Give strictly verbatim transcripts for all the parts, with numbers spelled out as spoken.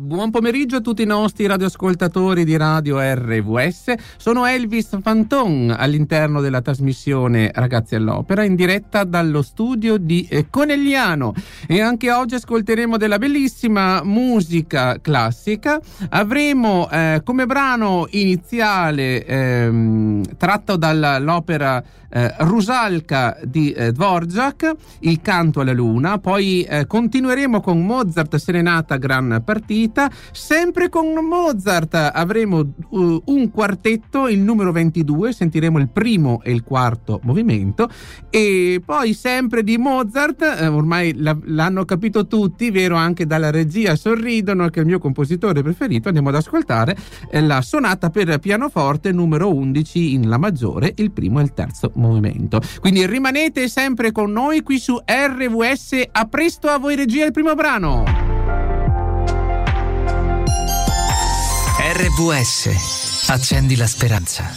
Buon pomeriggio a tutti i nostri radioascoltatori di Radio R V S. Sono Elvis Fanton all'interno della trasmissione Ragazzi all'Opera, in diretta dallo studio di eh, Conegliano, e anche oggi ascolteremo della bellissima musica classica. Avremo eh, come brano iniziale ehm, tratto dall'opera eh, Rusalka di eh, Dvorak, Il canto alla luna. Poi eh, continueremo con Mozart Serenata Gran Partita. Sempre con Mozart avremo uh, un quartetto, il numero ventidue, sentiremo il primo e il quarto movimento. E poi sempre di Mozart, eh, ormai la, l'hanno capito tutti, vero? Anche dalla regia sorridono, che è il mio compositore preferito. Andiamo ad ascoltare eh, la sonata per pianoforte numero undici in La maggiore, il primo e il terzo movimento. Quindi rimanete sempre con noi qui su R V S. A presto, a voi regia, il primo brano. R V S, accendi la speranza.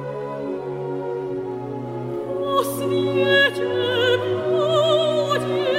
Świecie młodzi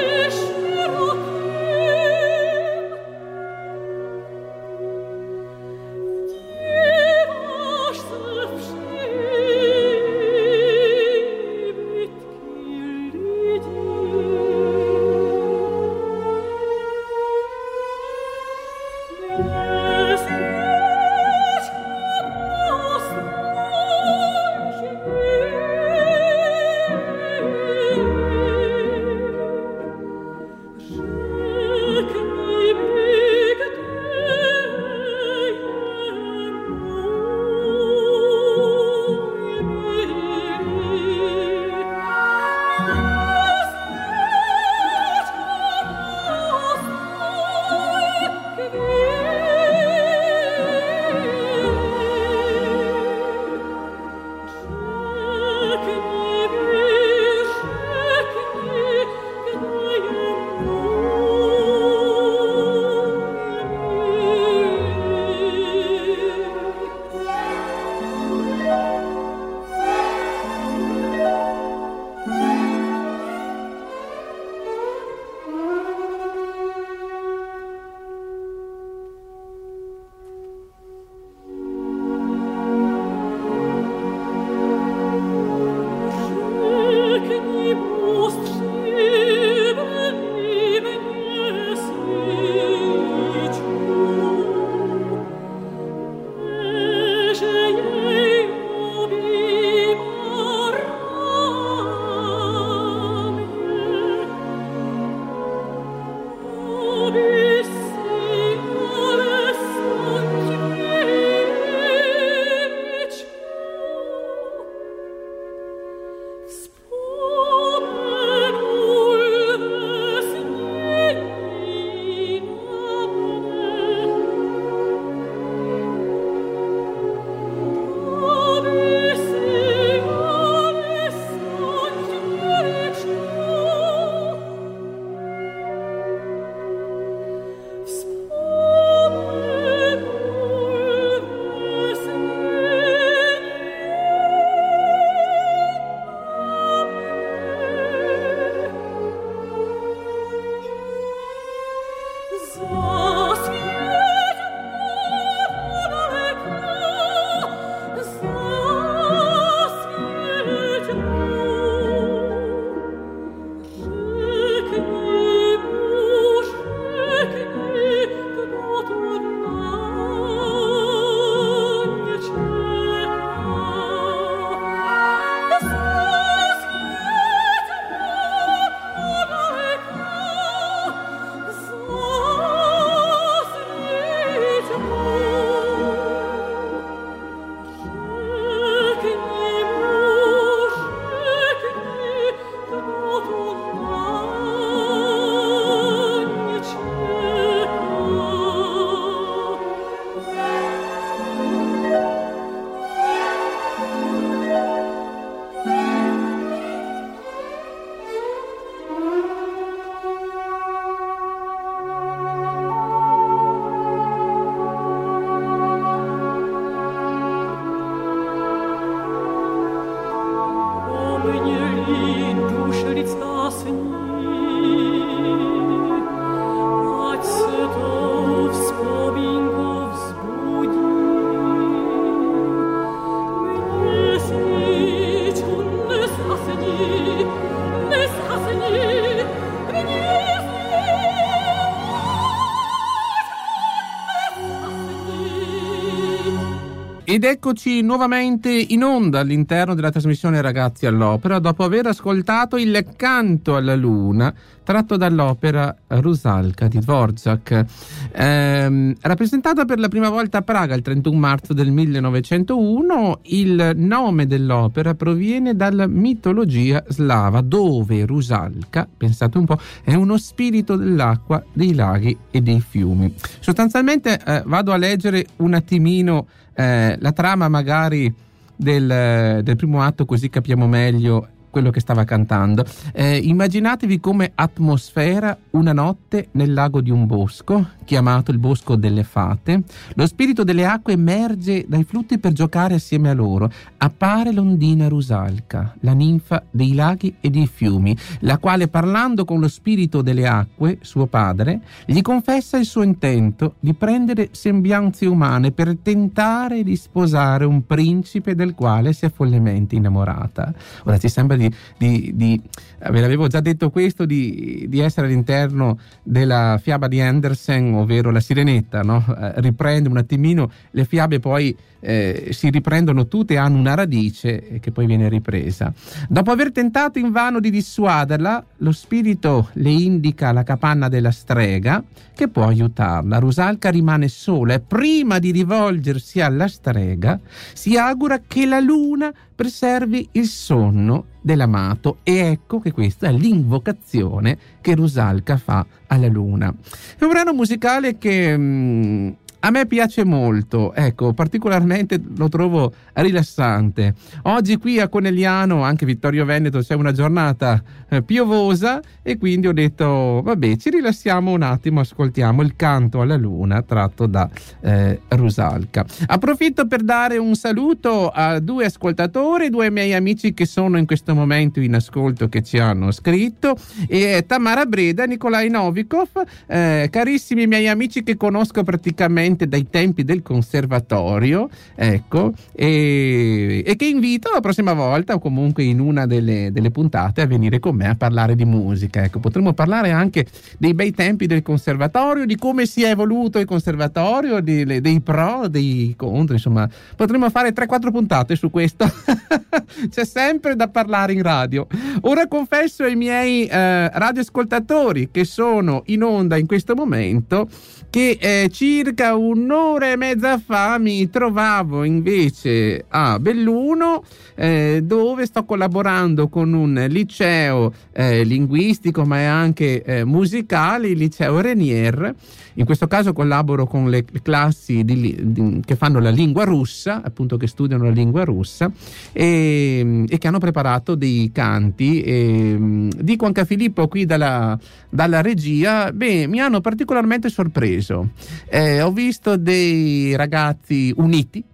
Ed eccoci nuovamente in onda all'interno della trasmissione Ragazzi all'Opera, dopo aver ascoltato il Canto alla Luna, tratto dall'opera Rusalka di Dvořák, ehm, rappresentata per la prima volta a Praga il trentuno marzo del millenovecentouno. Il nome dell'opera proviene dalla mitologia slava, dove Rusalka, pensate un po', è uno spirito dell'acqua, dei laghi e dei fiumi. Sostanzialmente eh, vado a leggere un attimino eh, la trama magari del, del primo atto, così capiamo meglio quello che stava cantando. Eh, immaginatevi come atmosfera una notte nel lago di un bosco, chiamato il Bosco delle Fate. Lo spirito delle acque emerge dai flutti per giocare assieme a loro. Appare l'ondina Rusalka, la ninfa dei laghi e dei fiumi, la quale, parlando con lo spirito delle acque, suo padre, gli confessa il suo intento di prendere sembianze umane per tentare di sposare un principe del quale si è follemente innamorata. Ora ci sembra di Di, di, di, ve l'avevo già detto questo, di, di essere all'interno della fiaba di Andersen, ovvero La Sirenetta, no? Eh, riprende un attimino le fiabe, poi eh, si riprendono tutte, hanno una radice che poi viene ripresa. Dopo aver tentato invano di dissuaderla, lo spirito le indica la capanna della strega che può aiutarla. Rusalka rimane sola e prima di rivolgersi alla strega si augura che la luna preservi il sonno dell'amato, e ecco che questa è l'invocazione che Rusalka fa alla luna. È un brano musicale che mh, a me piace molto, ecco, particolarmente lo trovo rilassante. Oggi qui a Conegliano, anche Vittorio Veneto, c'è una giornata eh, piovosa, e quindi ho detto vabbè, ci rilassiamo un attimo, ascoltiamo il Canto alla Luna tratto da eh, Rusalka. Approfitto per dare un saluto a due ascoltatori, due miei amici che sono in questo momento in ascolto, che ci hanno scritto, e Tamara Breda e Nikolai Novikov, eh, carissimi miei amici che conosco praticamente dai tempi del conservatorio, ecco, e, e che invito la prossima volta, o comunque in una delle, delle puntate, a venire con me a parlare di musica. Ecco, potremmo parlare anche dei bei tempi del conservatorio, di come si è evoluto il conservatorio, di, le, dei pro, dei contro, insomma, potremmo fare tre quattro puntate su questo. C'è sempre da parlare in radio. Ora confesso ai miei eh, radioascoltatori che sono in onda in questo momento che eh, circa un'ora e mezza fa mi trovavo invece a Belluno, eh, dove sto collaborando con un liceo eh, linguistico, ma è anche eh, musicale, il liceo Renier. In questo caso collaboro con le classi di, di, che fanno la lingua russa, appunto, che studiano la lingua russa, e, e che hanno preparato dei canti. E, dico anche a Filippo qui dalla, dalla regia, beh, mi hanno particolarmente sorpreso. Eh, ho visto dei ragazzi uniti,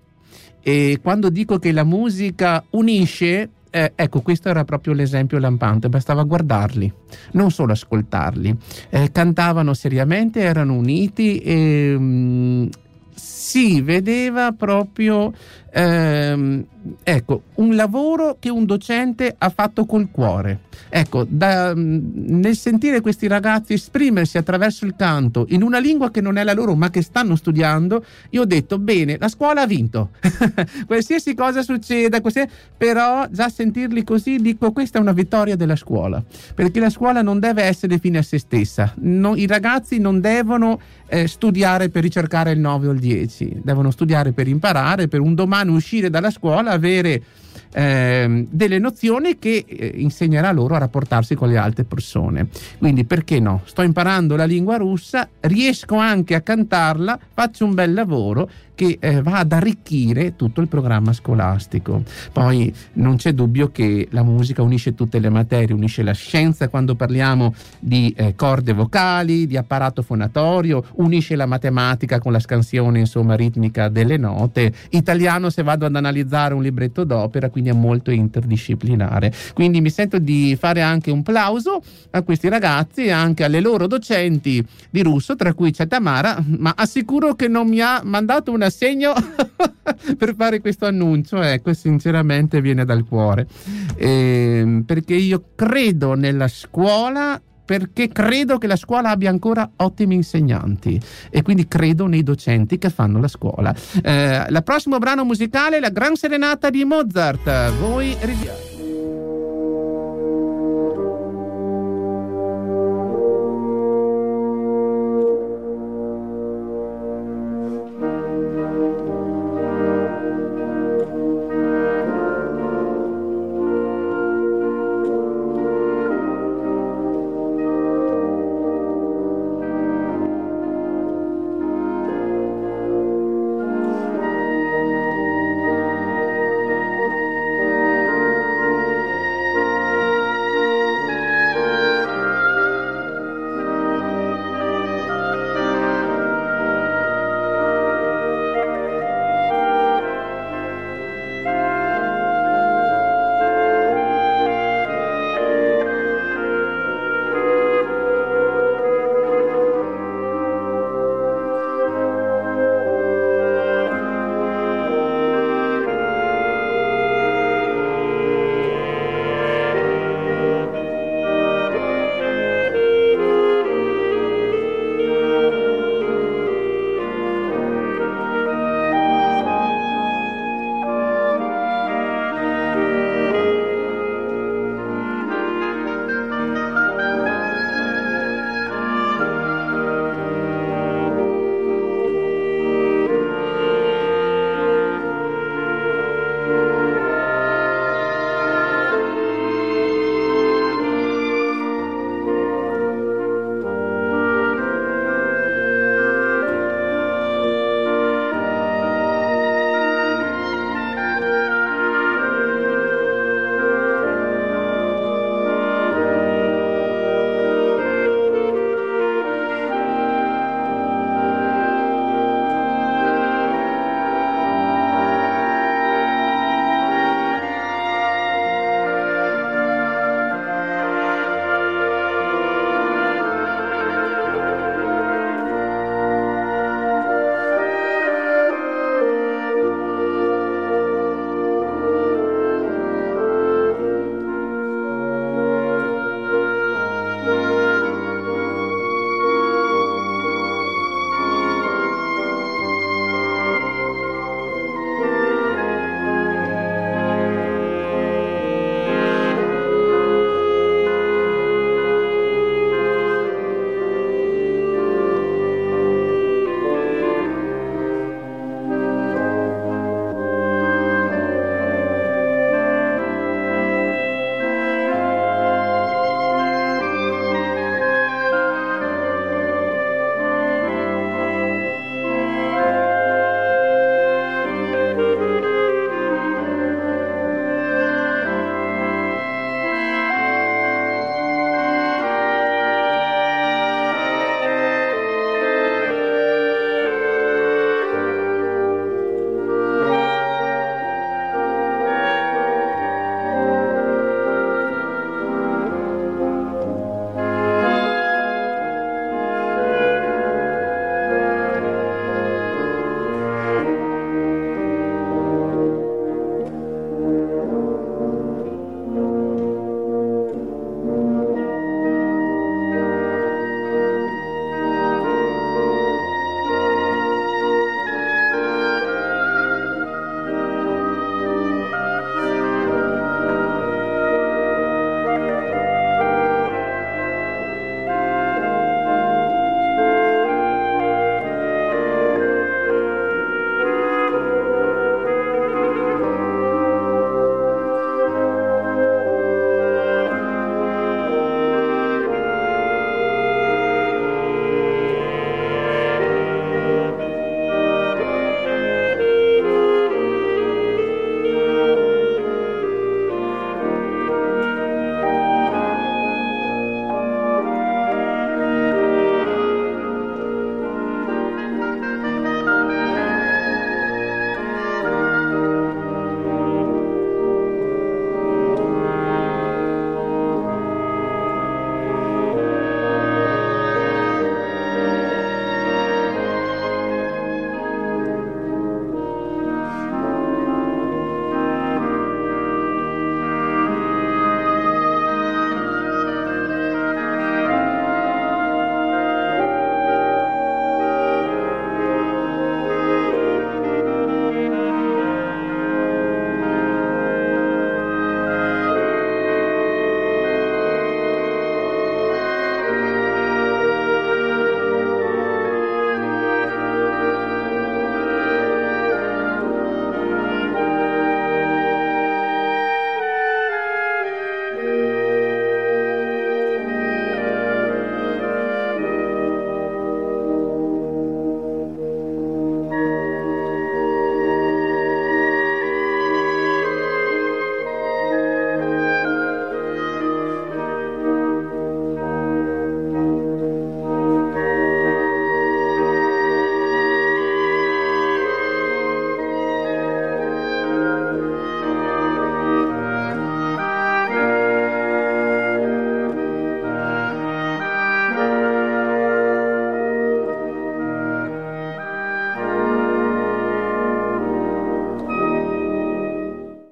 e quando dico che la musica unisce, Eh, ecco, questo era proprio l'esempio lampante, bastava guardarli, non solo ascoltarli. Eh, cantavano seriamente, erano uniti, e mh, si vedeva proprio ehm, ecco, un lavoro che un docente ha fatto col cuore. Ecco, da, nel sentire questi ragazzi esprimersi attraverso il canto in una lingua che non è la loro, ma che stanno studiando, io ho detto bene, la scuola ha vinto. Qualsiasi cosa succeda, qualsiasi... però già sentirli così, dico, questa è una vittoria della scuola, perché la scuola non deve essere fine a se stessa. No, i ragazzi non devono eh, studiare per ricercare il nove o il dieci, devono studiare per imparare, per un domani uscire dalla scuola, avere Eh, delle nozioni che eh, insegnerà loro a rapportarsi con le altre persone. Quindi perché no? Sto imparando la lingua russa, riesco anche a cantarla, faccio un bel lavoro che eh, va ad arricchire tutto il programma scolastico. Poi non c'è dubbio che la musica unisce tutte le materie, unisce la scienza quando parliamo di eh, corde vocali, di apparato fonatorio, unisce la matematica con la scansione, insomma, ritmica delle note, italiano se vado ad analizzare un libretto d'opera, quindi è molto interdisciplinare. Quindi mi sento di fare anche un plauso a questi ragazzi e anche alle loro docenti di russo, tra cui c'è Tamara, ma assicuro che non mi ha mandato un assegno per fare questo annuncio, ecco, sinceramente viene dal cuore, eh, perché io credo nella scuola perché credo che la scuola abbia ancora ottimi insegnanti e quindi credo nei docenti che fanno la scuola. Eh, la prossimo brano musicale è la Gran Serenata di Mozart. Voi ridiate.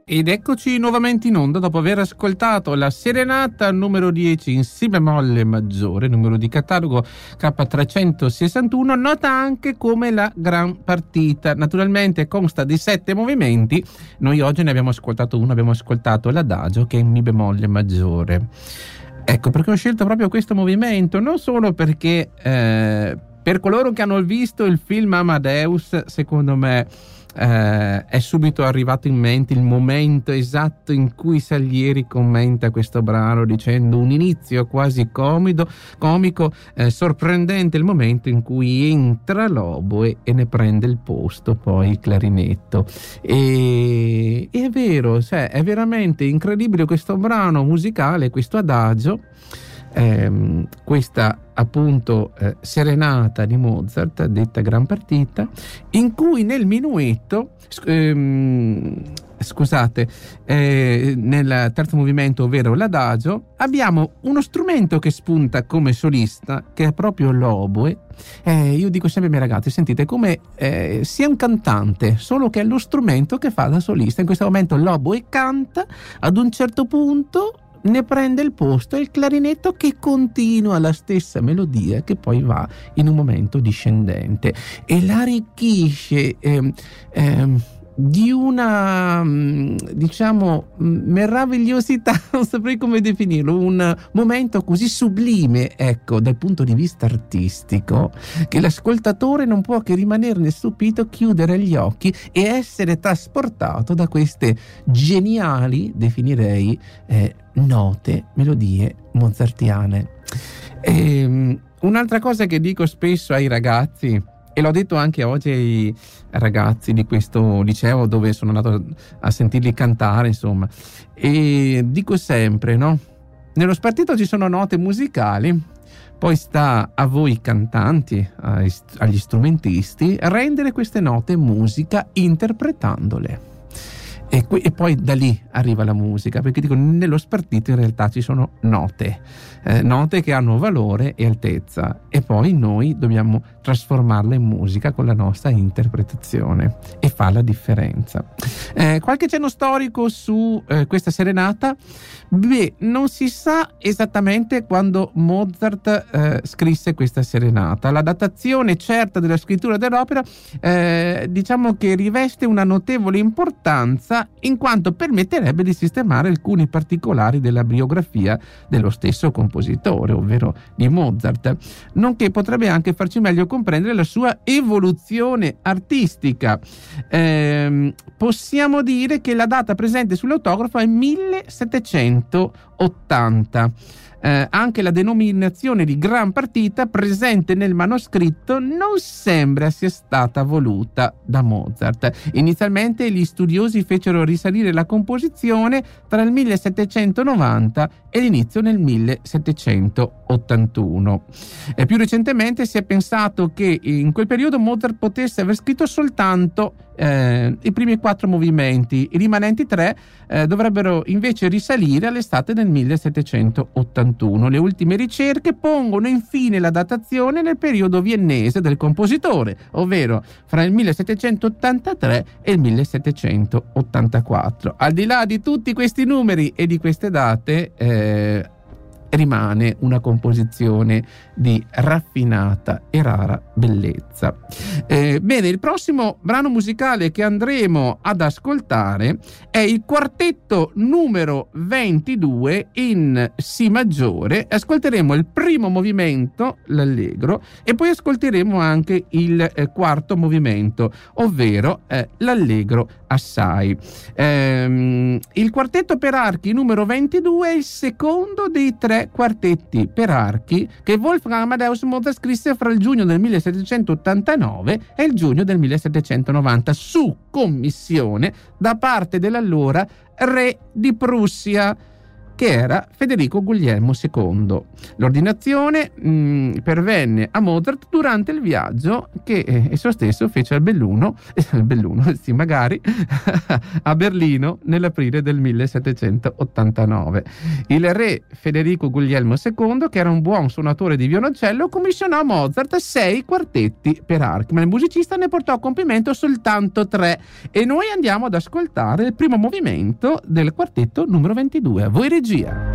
Ed eccoci nuovamente in onda dopo aver ascoltato la serenata numero dieci in Si bemolle maggiore, numero di catalogo K trecentosessantuno, nota anche come la gran partita. Naturalmente consta di sette movimenti, noi oggi ne abbiamo ascoltato uno, abbiamo ascoltato l'adagio che è in Mi bemolle maggiore. Ecco perché ho scelto proprio questo movimento, non solo perché eh, per coloro che hanno visto il film Amadeus, secondo me Eh, è subito arrivato in mente il momento esatto in cui Salieri commenta questo brano dicendo un inizio quasi comido, comico, eh, sorprendente il momento in cui entra l'oboe e ne prende il posto poi il clarinetto. E, e è vero, cioè, è veramente incredibile questo brano musicale, questo adagio, ehm, questa appunto eh, serenata di Mozart, detta gran partita, in cui nel minuetto ehm, scusate eh, nel terzo movimento, ovvero l'adagio, abbiamo uno strumento che spunta come solista, che è proprio l'oboe. Eh, io dico sempre ai miei ragazzi, sentite, come eh, sia un cantante, solo che è lo strumento che fa da solista. In questo momento l'oboe canta, ad un certo punto ne prende il posto il clarinetto che continua la stessa melodia che poi va in un momento discendente e la arricchisce eh, eh, di una diciamo meravigliosità, non saprei come definirlo, un momento così sublime, ecco, dal punto di vista artistico, che l'ascoltatore non può che rimanerne stupito, chiudere gli occhi e essere trasportato da queste geniali, definirei, eh, note, melodie mozartiane. E, un'altra cosa che dico spesso ai ragazzi, e l'ho detto anche oggi ai ragazzi di questo liceo dove sono andato a sentirli cantare, insomma, e dico sempre, no? Nello spartito ci sono note musicali, poi sta a voi cantanti, agli strumentisti, rendere queste note musica interpretandole. E, que- e poi da lì arriva la musica, perché dico, nello spartito in realtà ci sono note, eh, note che hanno valore e altezza, e poi noi dobbiamo trasformarla in musica con la nostra interpretazione, e fa la differenza. Eh, qualche cenno storico su eh, questa serenata? Beh, non si sa esattamente quando Mozart eh, scrisse questa serenata. La datazione certa della scrittura dell'opera eh, diciamo che riveste una notevole importanza, in quanto permetterebbe di sistemare alcuni particolari della biografia dello stesso compositore, ovvero di Mozart, nonché potrebbe anche farci meglio comprendere la sua evoluzione artistica. Eh, possiamo dire che la data presente sull'autografo è millesettecentottanta. Eh, anche la denominazione di gran partita presente nel manoscritto non sembra sia stata voluta da Mozart. Inizialmente gli studiosi fecero risalire la composizione tra il millesettecentonovanta e l'inizio nel millesettecentottantuno. E più recentemente si è pensato che in quel periodo Mozart potesse aver scritto soltanto Eh, i primi quattro movimenti, i rimanenti tre eh, dovrebbero invece risalire all'estate del millesettecentottantuno. Le ultime ricerche pongono infine la datazione nel periodo viennese del compositore, ovvero fra il millesettecentottantatré e il millesettecentottantaquattro. Al di là di tutti questi numeri e di queste date, eh, rimane una composizione di raffinata e rara bellezza. Eh, bene, il prossimo brano musicale che andremo ad ascoltare è il quartetto numero ventidue in Si maggiore. Ascolteremo il primo movimento, l'allegro, e poi ascolteremo anche il eh, quarto movimento, ovvero eh, l'allegro assai. Eh, il quartetto per archi numero ventidue è il secondo dei tre quartetti per archi che Wolfgang Amadeus Mozart scrisse fra il giugno del millesettecentottantanove e il giugno del millesettecentonovanta su commissione da parte dell'allora re di Prussia. che era Federico Guglielmo secondo. L'ordinazione mh, pervenne a Mozart durante il viaggio che eh, esso stesso fece al Belluno, eh, Belluno sì magari, a Berlino nell'aprile del millesettecentottantanove. Il re Federico Guglielmo secondo, che era un buon suonatore di violoncello, commissionò a Mozart sei quartetti per archi, ma il musicista ne portò a compimento soltanto tre, e noi andiamo ad ascoltare il primo movimento del quartetto numero ventidue. A voi regia.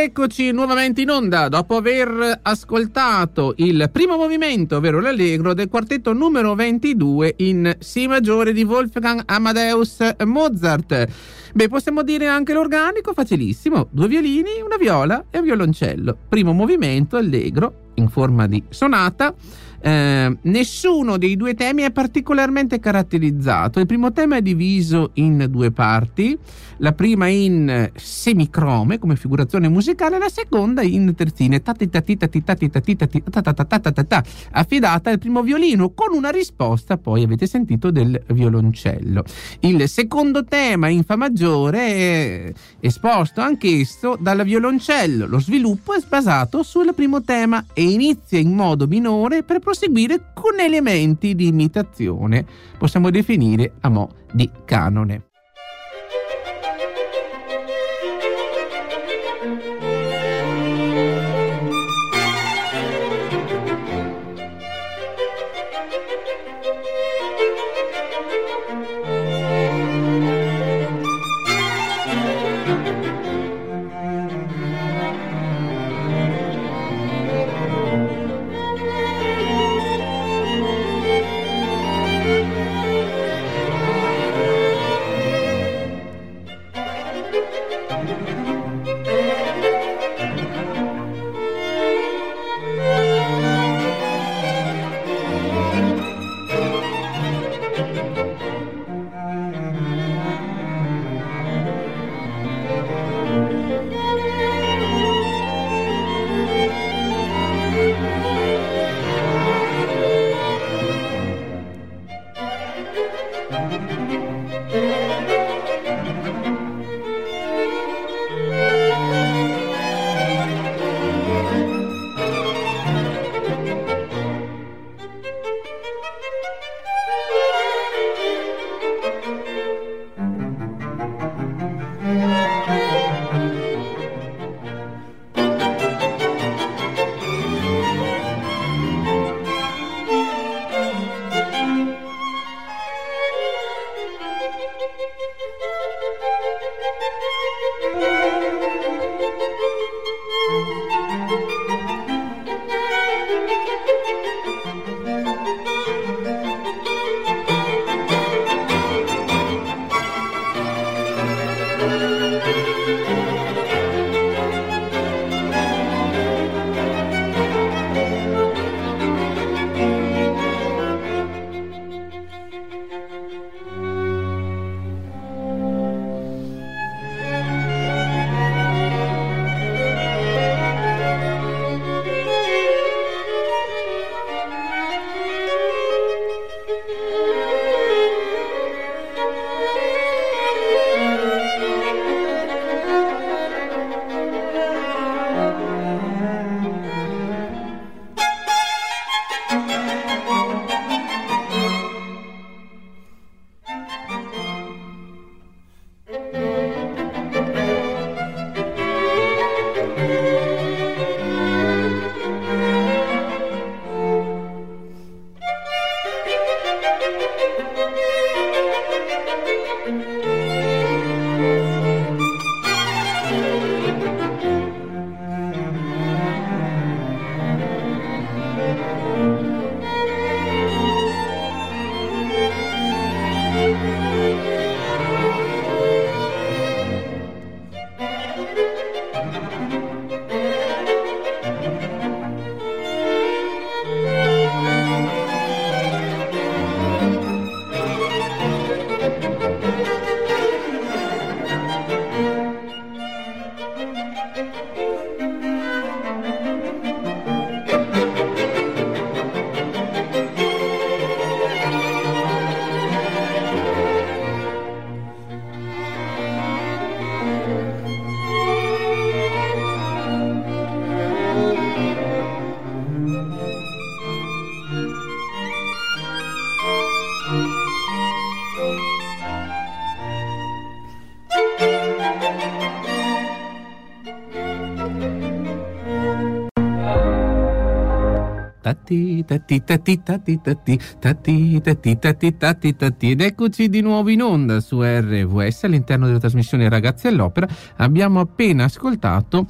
Ed eccoci nuovamente in onda dopo aver ascoltato il primo movimento, ovvero l'Allegro del quartetto numero ventidue in Si maggiore di Wolfgang Amadeus Mozart. Beh, possiamo dire anche l'organico, facilissimo: due violini, una viola e un violoncello. Primo movimento, Allegro, in forma di sonata. Eh, nessuno dei due temi è particolarmente caratterizzato. Il primo tema è diviso in due parti, la prima in semicrome come figurazione musicale, la seconda in terzine, affidata al primo violino, con una risposta, poi avete sentito, del violoncello. Il secondo tema in fa maggiore è esposto anch'esso dal violoncello. Lo sviluppo è basato sul primo tema e inizia in modo minore per proseguire con elementi di imitazione, possiamo definire a mo' di canone. tati tati tati tati tati tati tati tati tati tati. Ed eccoci di nuovo in onda su R V S all'interno della trasmissione Ragazzi all'Opera. Abbiamo appena ascoltato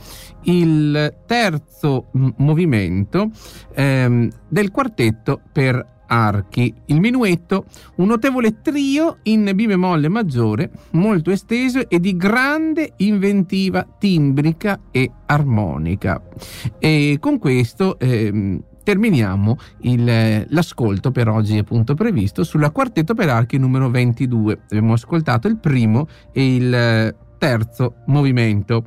il terzo m- movimento ehm, del quartetto per archi, il Minuetto, un notevole trio in B bemolle maggiore, molto esteso e di grande inventiva timbrica e armonica. E con questo ehm, terminiamo il, l'ascolto per oggi appunto previsto sulla quartetto per archi numero ventidue. Abbiamo ascoltato il primo e il terzo movimento.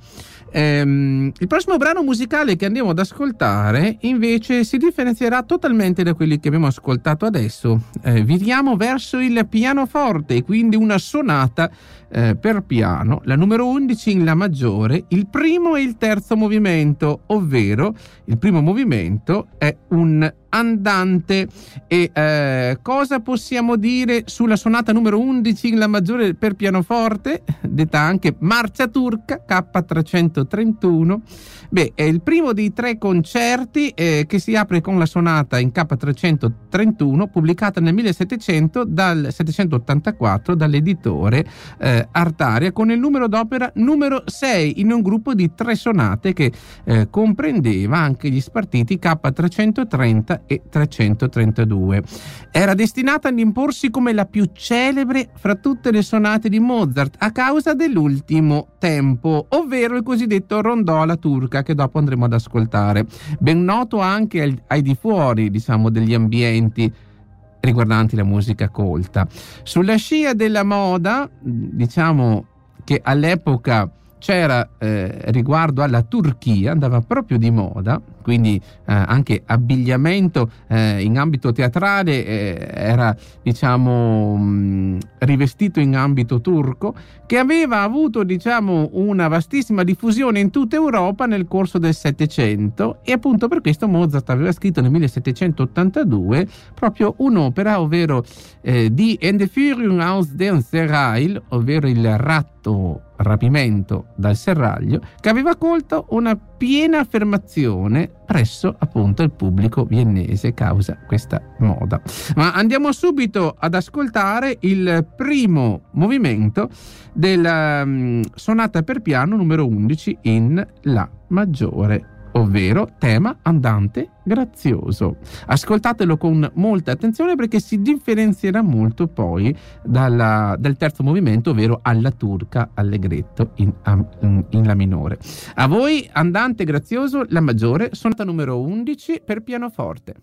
Ehm, il prossimo brano musicale che andiamo ad ascoltare invece si differenzierà totalmente da quelli che abbiamo ascoltato adesso. Eh, viriamo verso il pianoforte, quindi una sonata eh, per piano, la numero undici in La maggiore, il primo e il terzo movimento, ovvero il primo movimento è un andante. E eh, cosa possiamo dire sulla sonata numero undici in La maggiore per pianoforte, detta anche marcia turca K trecentotrentuno? Beh, è il primo dei tre concerti eh, che si apre con la sonata in K trecentotrentuno, pubblicata nel millesettecento dal settecentottantaquattro dall'editore eh, Artaria, con il numero d'opera numero sei in un gruppo di tre sonate che eh, comprendeva anche gli spartiti K trecentotrenta e trecentotrentadue. Era destinata ad imporsi come la più celebre fra tutte le sonate di Mozart a causa dell'ultimo tempo, ovvero il cosiddetto rondò alla turca, che dopo andremo ad ascoltare, ben noto anche ai, ai di fuori, diciamo, degli ambienti riguardanti la musica colta. Sulla scia della moda, diciamo che all'epoca c'era eh, riguardo alla Turchia, andava proprio di moda, quindi eh, anche abbigliamento eh, in ambito teatrale eh, era, diciamo, mh, rivestito in ambito turco, che aveva avuto, diciamo, una vastissima diffusione in tutta Europa nel corso del Settecento, e appunto per questo Mozart aveva scritto nel millesettecentottantadue proprio un'opera, ovvero eh, Die Entführung aus dem Serail, ovvero il ratto, rapimento dal serraglio, che aveva colto una piena affermazione presso appunto il pubblico viennese causa questa moda. Ma andiamo subito ad ascoltare il primo movimento della um, sonata per piano numero undici in La maggiore, ovvero tema andante grazioso. Ascoltatelo con molta attenzione perché si differenzierà molto poi dalla, dal terzo movimento, ovvero alla turca allegretto in, in, in La minore. A voi andante grazioso, La maggiore, sonata numero undici per pianoforte.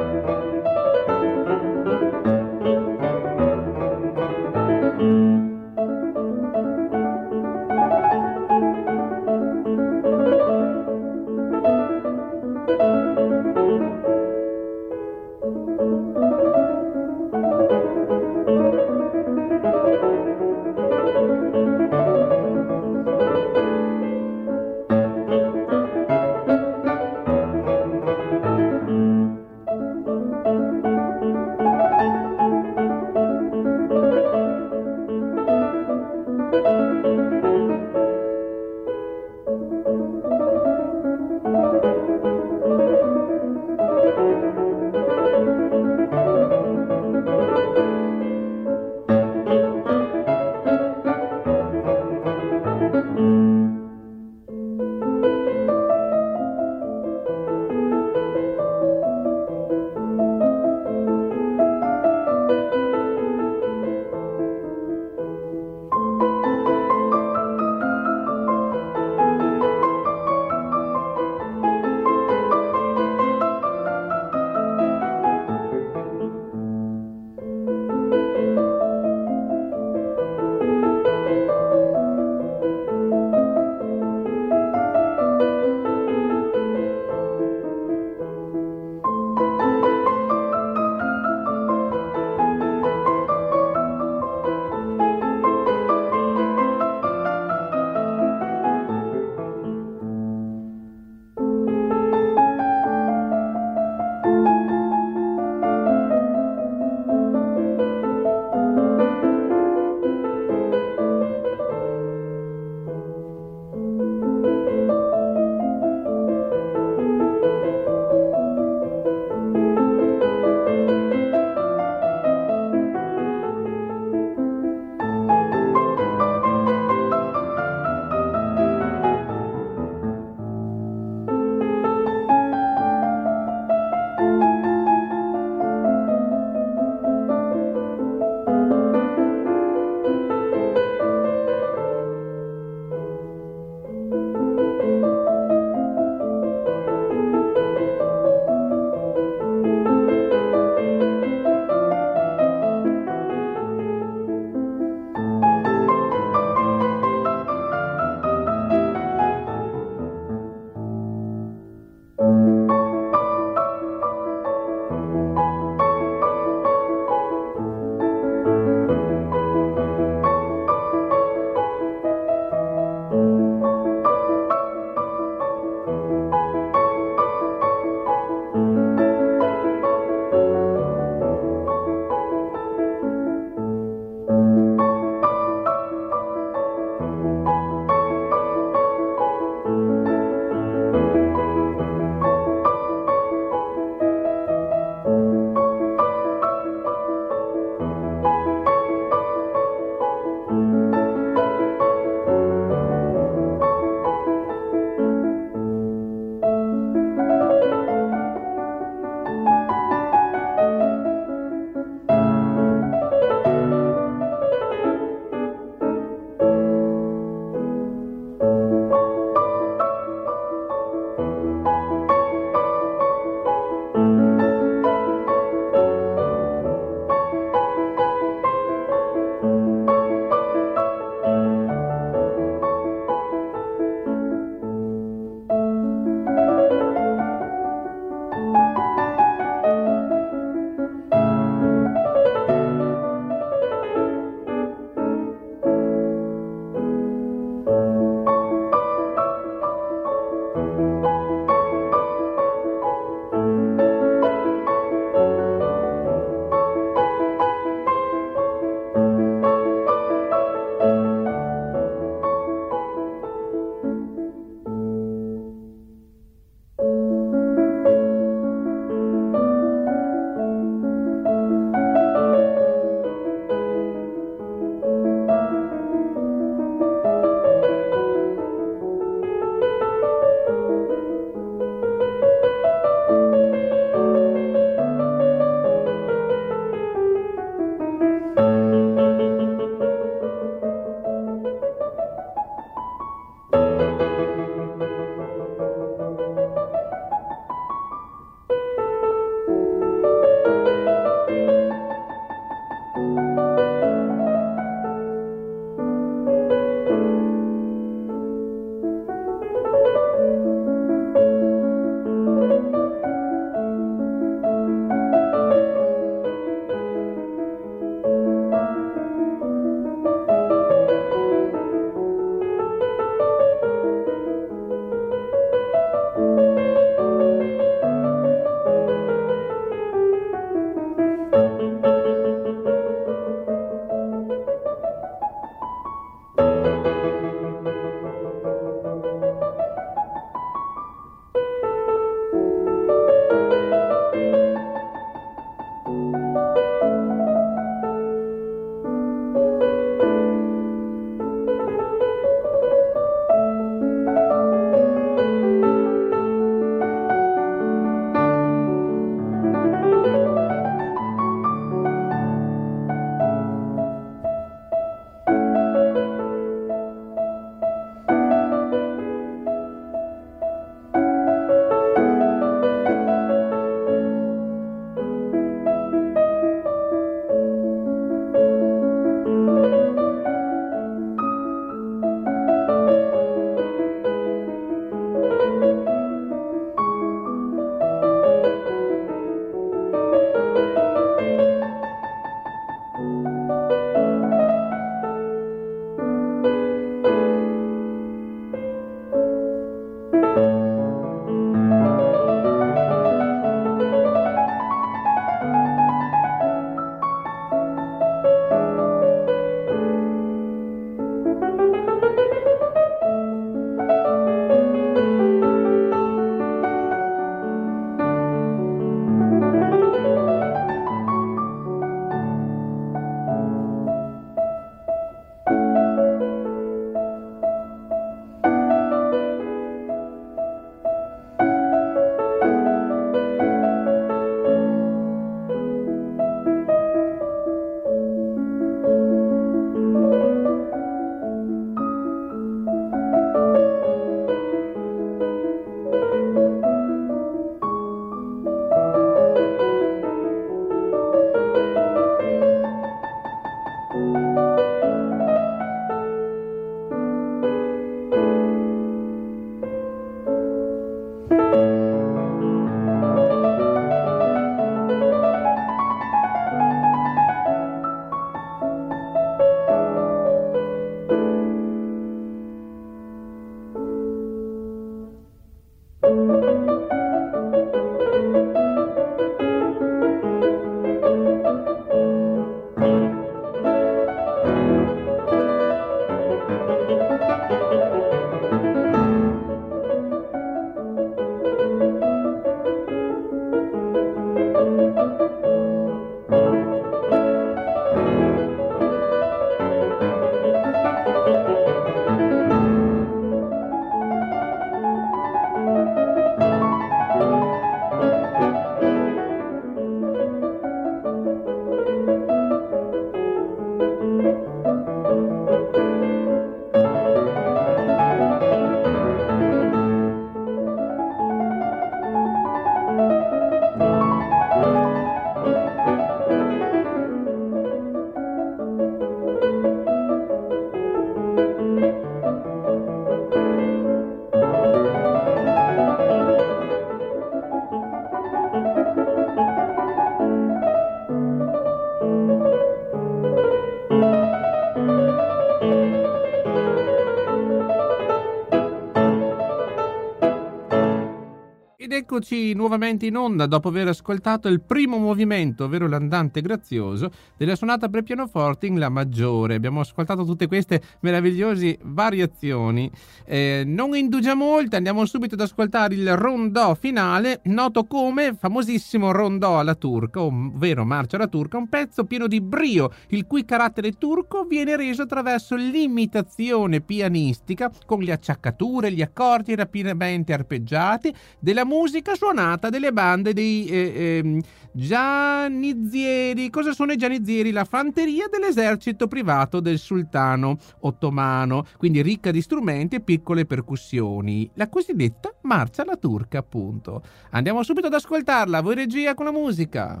eccoci nuovamente in onda dopo aver ascoltato il primo movimento, ovvero l'andante grazioso, della sonata per pianoforte in La maggiore. Abbiamo ascoltato tutte queste meravigliose variazioni. Eh, non indugiamo oltre, andiamo subito ad ascoltare il rondò finale, noto come famosissimo rondò alla turca, ovvero marcia alla turca, un pezzo pieno di brio, il cui carattere turco viene reso attraverso l'imitazione pianistica con le acciaccature, gli accordi rapidamente arpeggiati della musica suonata delle bande dei eh, eh, gianizzieri. Cosa sono i gianizzieri? La fanteria dell'esercito privato del sultano ottomano, quindi ricca di strumenti e piccole percussioni, la cosiddetta marcia alla turca, appunto. Andiamo subito ad ascoltarla, voi regia con la musica.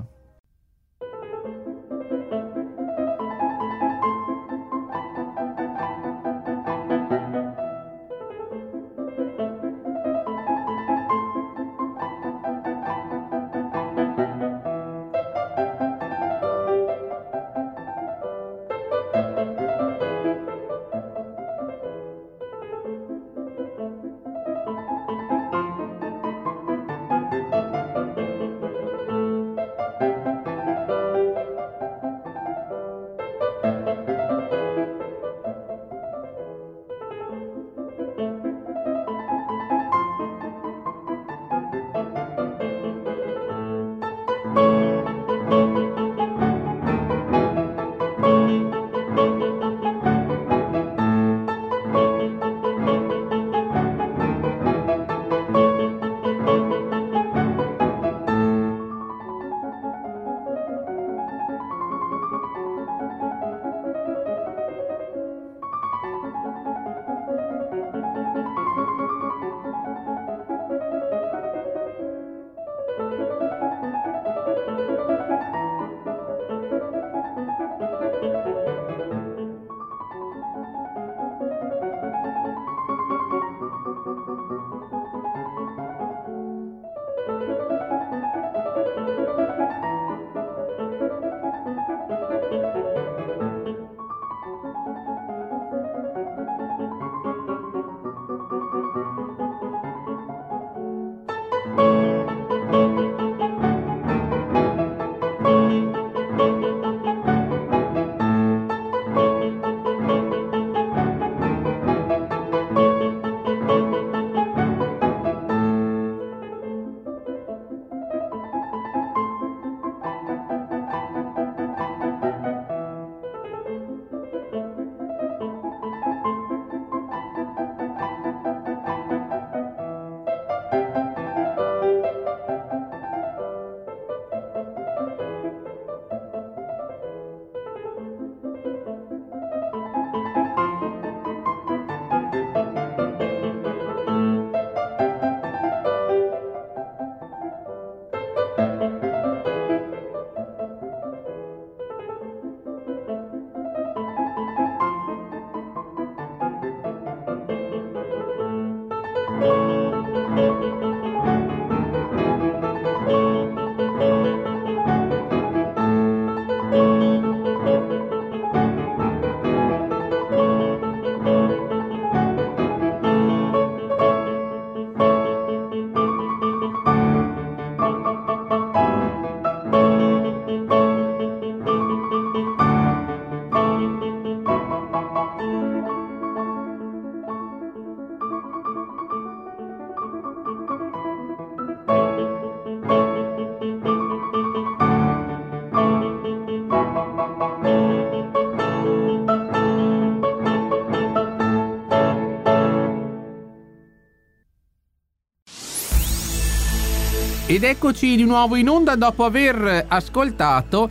Ed eccoci di nuovo in onda dopo aver ascoltato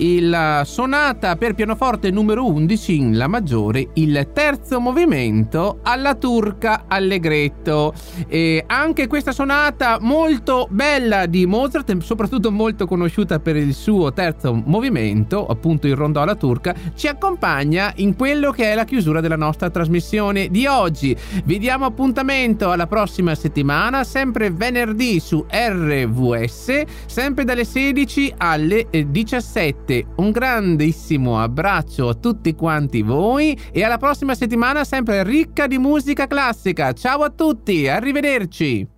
il sonata per pianoforte numero undici in La maggiore, il terzo movimento alla turca allegretto. E anche questa sonata molto bella di Mozart, soprattutto molto conosciuta per il suo terzo movimento, appunto il rondò alla turca, ci accompagna in quello che è la chiusura della nostra trasmissione di oggi. Vi diamo appuntamento alla prossima settimana, sempre venerdì su R V S, sempre dalle sedici alle diciassette. Un grandissimo abbraccio a tutti quanti voi e alla prossima settimana sempre ricca di musica classica. Ciao a tutti, arrivederci.